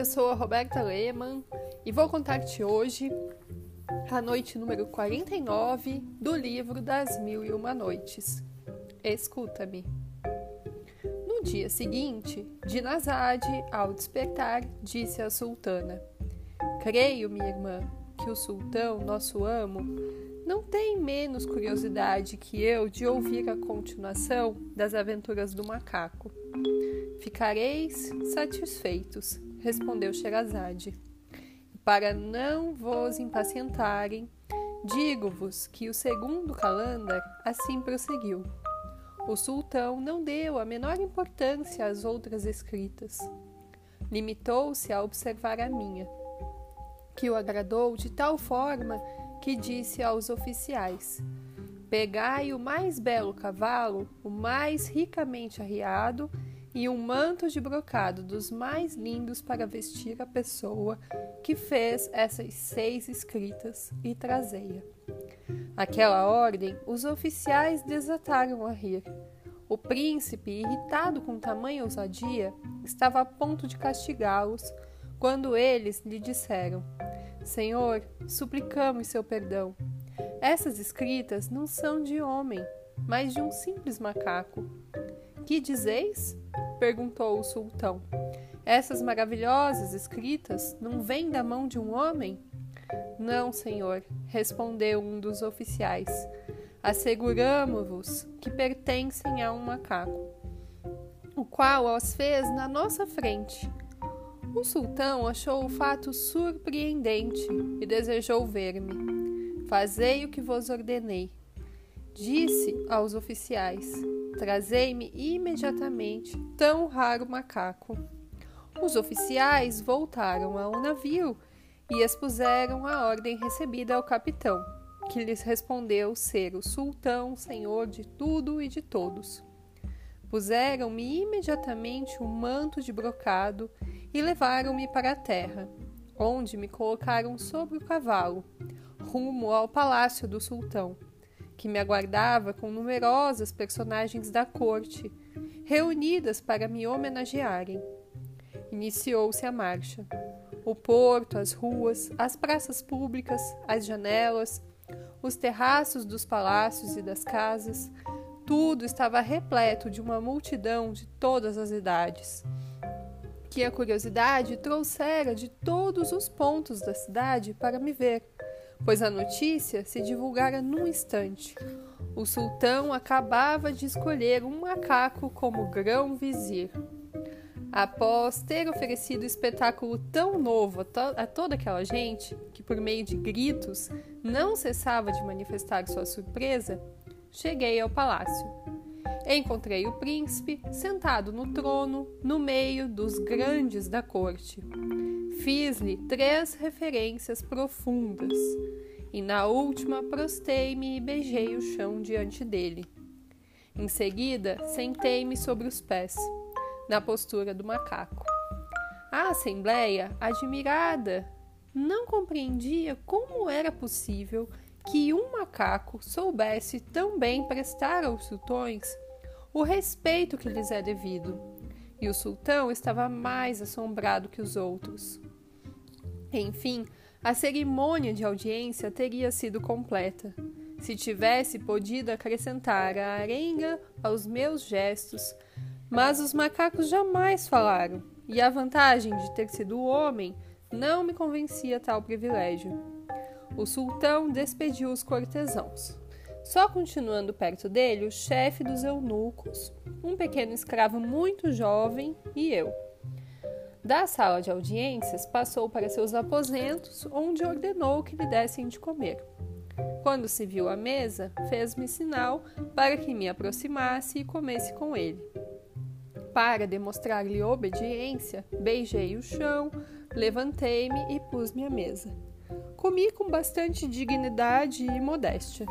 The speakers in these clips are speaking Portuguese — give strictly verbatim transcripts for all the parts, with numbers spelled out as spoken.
eu sou a Roberta Lehmann e vou contar-te hoje a noite número quarenta e nove do livro das Mil e Uma Noites. Escuta-me. No dia seguinte, Dinazade, ao despertar, disse à sultana: Creio, minha irmã, que o sultão, nosso amo, não tem menos curiosidade que eu de ouvir a continuação das aventuras do macaco. Ficareis satisfeitos, respondeu Sherazade. Para não vos impacientarem, digo-vos que o segundo Calândar assim prosseguiu. O sultão não deu a menor importância às outras escritas. Limitou-se a observar a minha, que o agradou de tal forma que disse aos oficiais: Pegai o mais belo cavalo, o mais ricamente arriado, e um manto de brocado dos mais lindos para vestir a pessoa que fez essas seis escritas, e trazei-a. Àquela ordem, os oficiais desataram a rir. O príncipe, irritado com tamanha ousadia, estava a ponto de castigá-los, quando eles lhe disseram: Senhor, suplicamos seu perdão. Essas escritas não são de homem, mas de um simples macaco. Que dizeis? Perguntou o sultão. Essas maravilhosas escritas não vêm da mão de um homem? Não, senhor, respondeu um dos oficiais. Asseguramo-vos que pertencem a um macaco, o qual as fez na nossa frente. O sultão achou o fato surpreendente e desejou ver-me. Fazei o que vos ordenei. Disse aos oficiais: Trazei-me imediatamente tão raro macaco. Os oficiais voltaram ao navio e expuseram a ordem recebida ao capitão, que lhes respondeu ser o sultão, senhor de tudo e de todos. Puseram-me imediatamente um manto de brocado e levaram-me para a terra, onde me colocaram sobre o cavalo, rumo ao palácio do sultão, que me aguardava com numerosas personagens da corte, reunidas para me homenagearem. Iniciou-se a marcha. O porto, as ruas, as praças públicas, as janelas, os terraços dos palácios e das casas, tudo estava repleto de uma multidão de todas as idades, que a curiosidade trouxera de todos os pontos da cidade para me ver, pois a notícia se divulgara num instante. O sultão acabava de escolher um macaco como grão-vizir. Após ter oferecido espetáculo tão novo a, to- a toda aquela gente, que por meio de gritos não cessava de manifestar sua surpresa, cheguei ao palácio. Encontrei o príncipe sentado no trono, no meio dos grandes da corte. Fiz-lhe três referências profundas, e na última prostei-me e beijei o chão diante dele. Em seguida, sentei-me sobre os pés, na postura do macaco. A assembleia, admirada, não compreendia como era possível que um macaco soubesse tão bem prestar aos sultões o respeito que lhes é devido, e o sultão estava mais assombrado que os outros. Enfim, a cerimônia de audiência teria sido completa, se tivesse podido acrescentar a arenga aos meus gestos, mas os macacos jamais falaram, e a vantagem de ter sido homem não me convencia tal privilégio. O sultão despediu os cortesãos, só continuando perto dele o chefe dos eunucos, um pequeno escravo muito jovem e eu. Da sala de audiências, passou para seus aposentos, onde ordenou que lhe dessem de comer. Quando se viu à mesa, fez-me sinal para que me aproximasse e comesse com ele. Para demonstrar-lhe obediência, beijei o chão, levantei-me e pus-me à mesa. Comi com bastante dignidade e modéstia.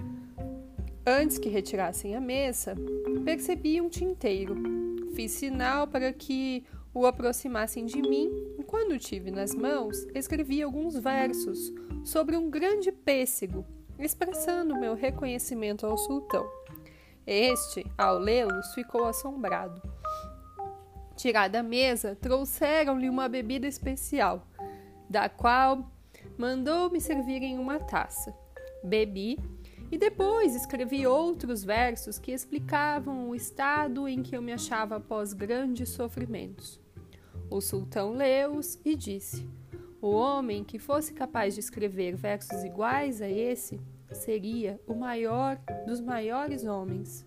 Antes que retirassem a mesa, percebi um tinteiro. Fiz sinal para que o aproximassem de mim e, quando o tive nas mãos, escrevi alguns versos sobre um grande pêssego, expressando meu reconhecimento ao sultão. Este, ao lê-los, ficou assombrado. Tirada a mesa, trouxeram-lhe uma bebida especial, da qual mandou-me servir em uma taça. Bebi e depois escrevi outros versos que explicavam o estado em que eu me achava após grandes sofrimentos. O sultão leu-os e disse: o homem que fosse capaz de escrever versos iguais a esse seria o maior dos maiores homens.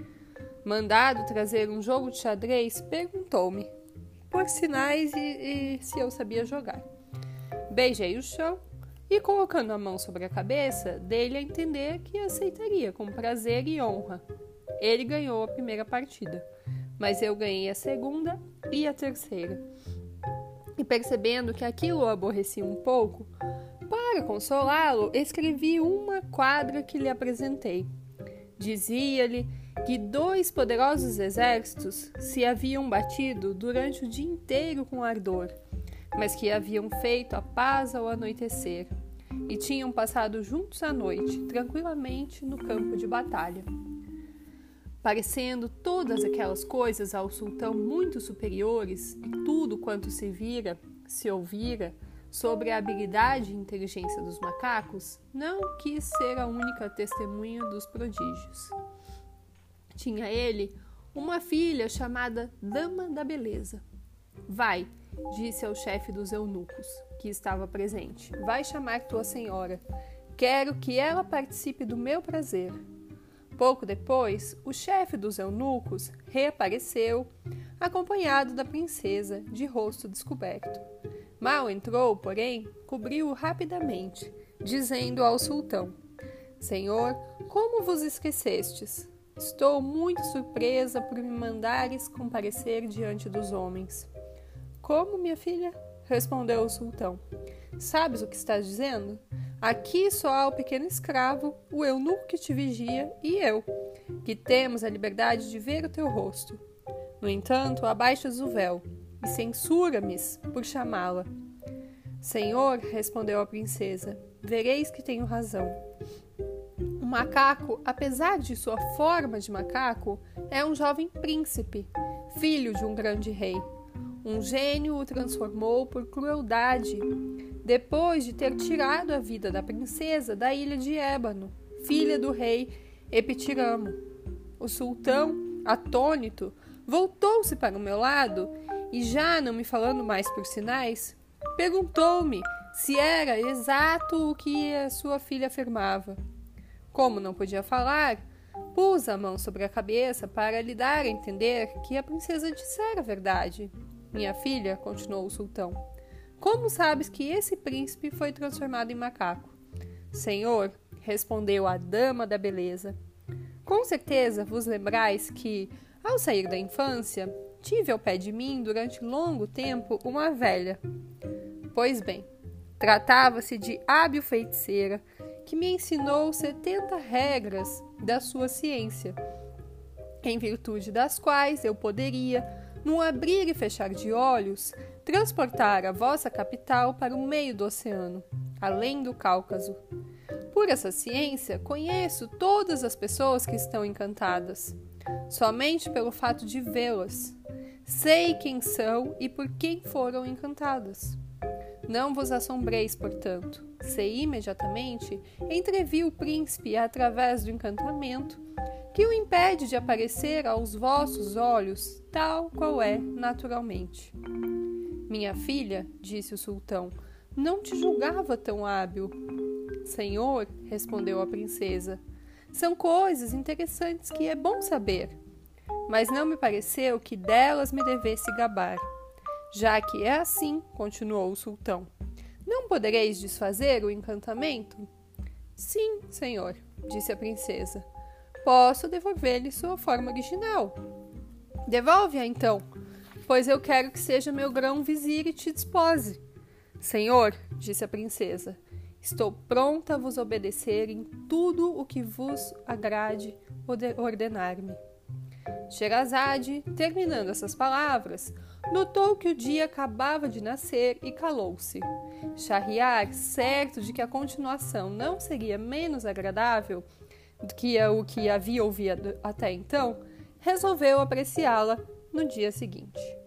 Mandado trazer um jogo de xadrez, perguntou-me por sinais e, e se eu sabia jogar. Beijei o chão e, colocando a mão sobre a cabeça, dei-lhe a entender que aceitaria com prazer e honra. Ele ganhou a primeira partida, mas eu ganhei a segunda e a terceira. E percebendo que aquilo o aborrecia um pouco, para consolá-lo, escrevi uma quadra que lhe apresentei. Dizia-lhe que dois poderosos exércitos se haviam batido durante o dia inteiro com ardor, mas que haviam feito a paz ao anoitecer e tinham passado juntos a noite, tranquilamente no campo de batalha. Parecendo todas aquelas coisas ao sultão muito superiores, e tudo quanto se vira, se ouvira, sobre a habilidade e inteligência dos macacos, não quis ser a única testemunha dos prodígios. Tinha ele uma filha chamada Dama da Beleza. Vai, disse ao chefe dos eunucos, que estava presente, vai chamar tua senhora. Quero que ela participe do meu prazer. Pouco depois, o chefe dos eunucos reapareceu, acompanhado da princesa, de rosto descoberto. Mal entrou, porém, cobriu-o rapidamente, dizendo ao sultão: Senhor, como vos esquecestes? Estou muito surpresa por me mandares comparecer diante dos homens. Como, minha filha? Respondeu o sultão. Sabes o que estás dizendo? Aqui só há o pequeno escravo, o eunuco que te vigia e eu, que temos a liberdade de ver o teu rosto. No entanto, abaixas o véu e censura-me por chamá-la. Senhor, respondeu a princesa, vereis que tenho razão. O macaco, apesar de sua forma de macaco, é um jovem príncipe, filho de um grande rei. Um gênio o transformou por crueldade, depois de ter tirado a vida da princesa da ilha de Ébano, filha do rei Epitiramo. O sultão, atônito, voltou-se para o meu lado e, já não me falando mais por sinais, perguntou-me se era exato o que a sua filha afirmava. Como não podia falar, pus a mão sobre a cabeça para lhe dar a entender que a princesa dissera a verdade. Minha filha, continuou o sultão, como sabes que esse príncipe foi transformado em macaco? Senhor, respondeu a dama da beleza, com certeza vos lembrais que, ao sair da infância, tive ao pé de mim durante longo tempo uma velha. Pois bem, tratava-se de hábil feiticeira que me ensinou setenta regras da sua ciência, em virtude das quais eu poderia, num abrir e fechar de olhos, transportar a vossa capital para o meio do oceano, além do Cáucaso. Por essa ciência, conheço todas as pessoas que estão encantadas, somente pelo fato de vê-las. Sei quem são e por quem foram encantadas. Não vos assombreis, portanto, se imediatamente entrevi o príncipe através do encantamento que o impede de aparecer aos vossos olhos tal qual é naturalmente. Minha filha, disse o sultão, não te julgava tão hábil. Senhor, respondeu a princesa, são coisas interessantes que é bom saber, mas não me pareceu que delas me devesse gabar. Já que é assim, continuou o sultão, não podereis desfazer o encantamento? Sim, senhor, disse a princesa. Posso devolver-lhe sua forma original. Devolve-a então, pois eu quero que seja meu grão-vizir e te despose. Senhor, disse a princesa, estou pronta a vos obedecer em tudo o que vos agrade ordenar-me. Sherazade, terminando essas palavras, notou que o dia acabava de nascer e calou-se. Shahriar, certo de que a continuação não seria menos agradável do que o que havia ouvido até então, resolveu apreciá-la no dia seguinte.